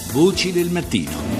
Voci del mattino.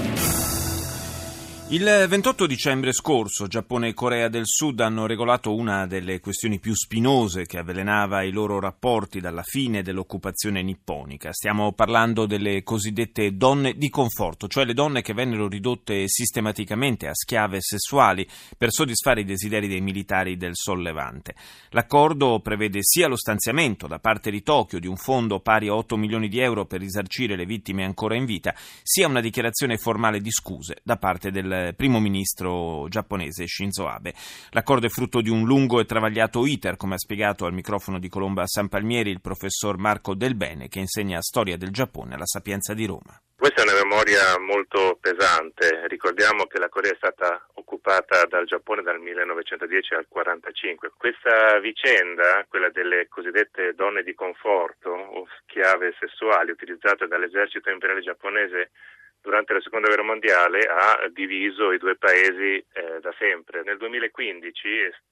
Il 28 dicembre scorso Giappone e Corea del Sud hanno regolato una delle questioni più spinose che avvelenava i loro rapporti dalla fine dell'occupazione nipponica. Stiamo parlando delle cosiddette donne di conforto, cioè le donne che vennero ridotte sistematicamente a schiave sessuali per soddisfare i desideri dei militari del Sollevante. L'accordo prevede sia lo stanziamento da parte di Tokyo di un fondo pari a 8 milioni di euro per risarcire le vittime ancora in vita, sia una dichiarazione formale di scuse da parte del primo ministro giapponese Shinzo Abe. L'accordo è frutto di un lungo e travagliato iter, come ha spiegato al microfono di Colomba San Palmieri il professor Marco Del Bene, che insegna storia del Giappone alla Sapienza di Roma. Questa è una memoria molto pesante. Ricordiamo che la Corea è stata occupata dal Giappone dal 1910 al 1945. Questa vicenda, quella delle cosiddette donne di conforto o schiave sessuali utilizzate dall'esercito imperiale giapponese durante la Seconda Guerra Mondiale, ha diviso i due paesi da sempre. Nel 2015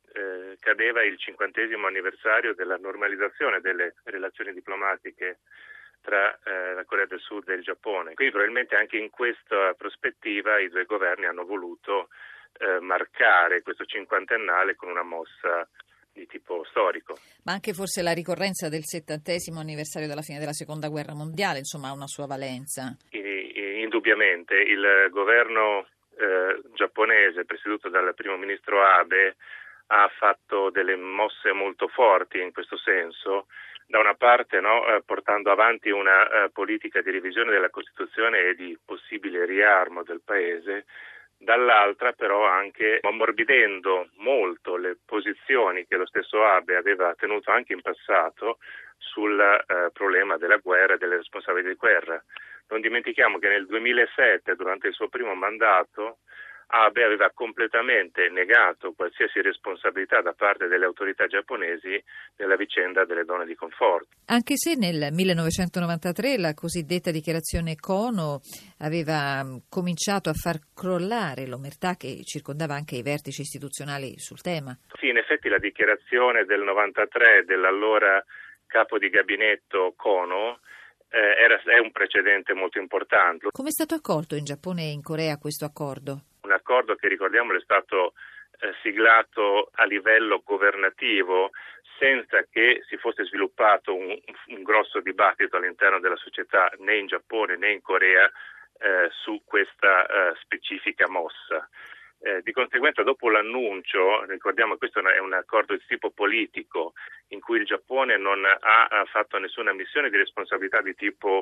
cadeva il 50° anniversario della normalizzazione delle relazioni diplomatiche tra la Corea del Sud e il Giappone. Quindi probabilmente anche in questa prospettiva i due governi hanno voluto marcare questo cinquantennale con una mossa di tipo storico. Ma anche forse la ricorrenza del 70° anniversario della fine della Seconda Guerra Mondiale, insomma, ha una sua valenza. Indubbiamente il governo giapponese, presieduto dal primo ministro Abe, ha fatto delle mosse molto forti in questo senso. Da una parte, portando avanti una politica di revisione della Costituzione e di possibile riarmo del paese, dall'altra però anche ammorbidendo molto le posizioni che lo stesso Abe aveva tenuto anche in passato sul problema della guerra e delle responsabilità di guerra. Non dimentichiamo che nel 2007, durante il suo primo mandato, Abe aveva completamente negato qualsiasi responsabilità da parte delle autorità giapponesi nella vicenda delle donne di conforto. Anche se nel 1993 la cosiddetta dichiarazione Kono aveva cominciato a far crollare l'omertà che circondava anche i vertici istituzionali sul tema. Sì, in effetti la dichiarazione del 93 dell'allora capo di gabinetto Kono è un precedente molto importante. Come è stato accolto in Giappone e in Corea questo accordo? Un accordo che, ricordiamolo, è stato siglato a livello governativo senza che si fosse sviluppato un grosso dibattito all'interno della società né in Giappone né in Corea su questa specifica mossa. Di conseguenza, dopo l'annuncio, ricordiamo che questo è un accordo di tipo politico in cui il Giappone non ha fatto nessuna ammissione di responsabilità di tipo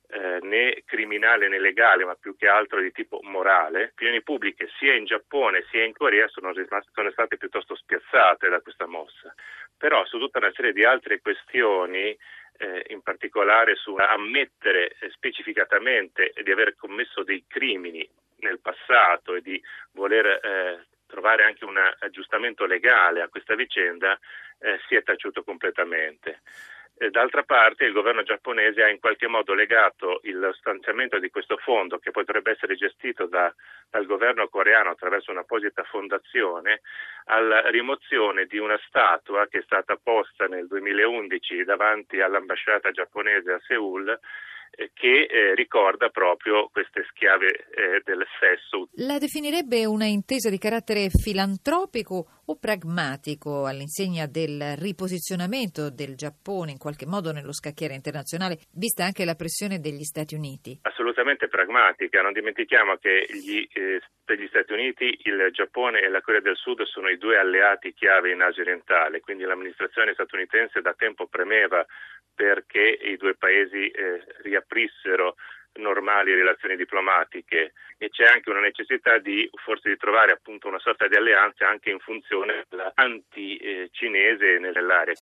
né criminale né legale, ma più che altro di tipo morale. Opinioni pubbliche sia in Giappone sia in Corea sono state piuttosto spiazzate da questa mossa. Però su tutta una serie di altre questioni, in particolare su ammettere specificatamente di aver commesso dei crimini nel passato e di voler trovare anche un aggiustamento legale a questa vicenda, si è taciuto completamente. D'altra parte il governo giapponese ha in qualche modo legato il stanziamento di questo fondo, che potrebbe essere gestito dal governo coreano attraverso un'apposita fondazione, alla rimozione di una statua che è stata posta nel 2011 davanti all'ambasciata giapponese a Seul, che ricorda proprio queste schiave del sesso. La definirebbe una intesa di carattere filantropico o pragmatico all'insegna del riposizionamento del Giappone in qualche modo nello scacchiere internazionale, vista anche la pressione degli Stati Uniti? Assolutamente pragmatica. Non dimentichiamo che per gli Stati Uniti il Giappone e la Corea del Sud sono i due alleati chiave in Asia orientale, quindi l'amministrazione statunitense da tempo premeva perché i due paesi riaprissero normali relazioni diplomatiche, e c'è anche una necessità di trovare appunto una sorta di alleanza anche in funzione della anti-cinese nell'area.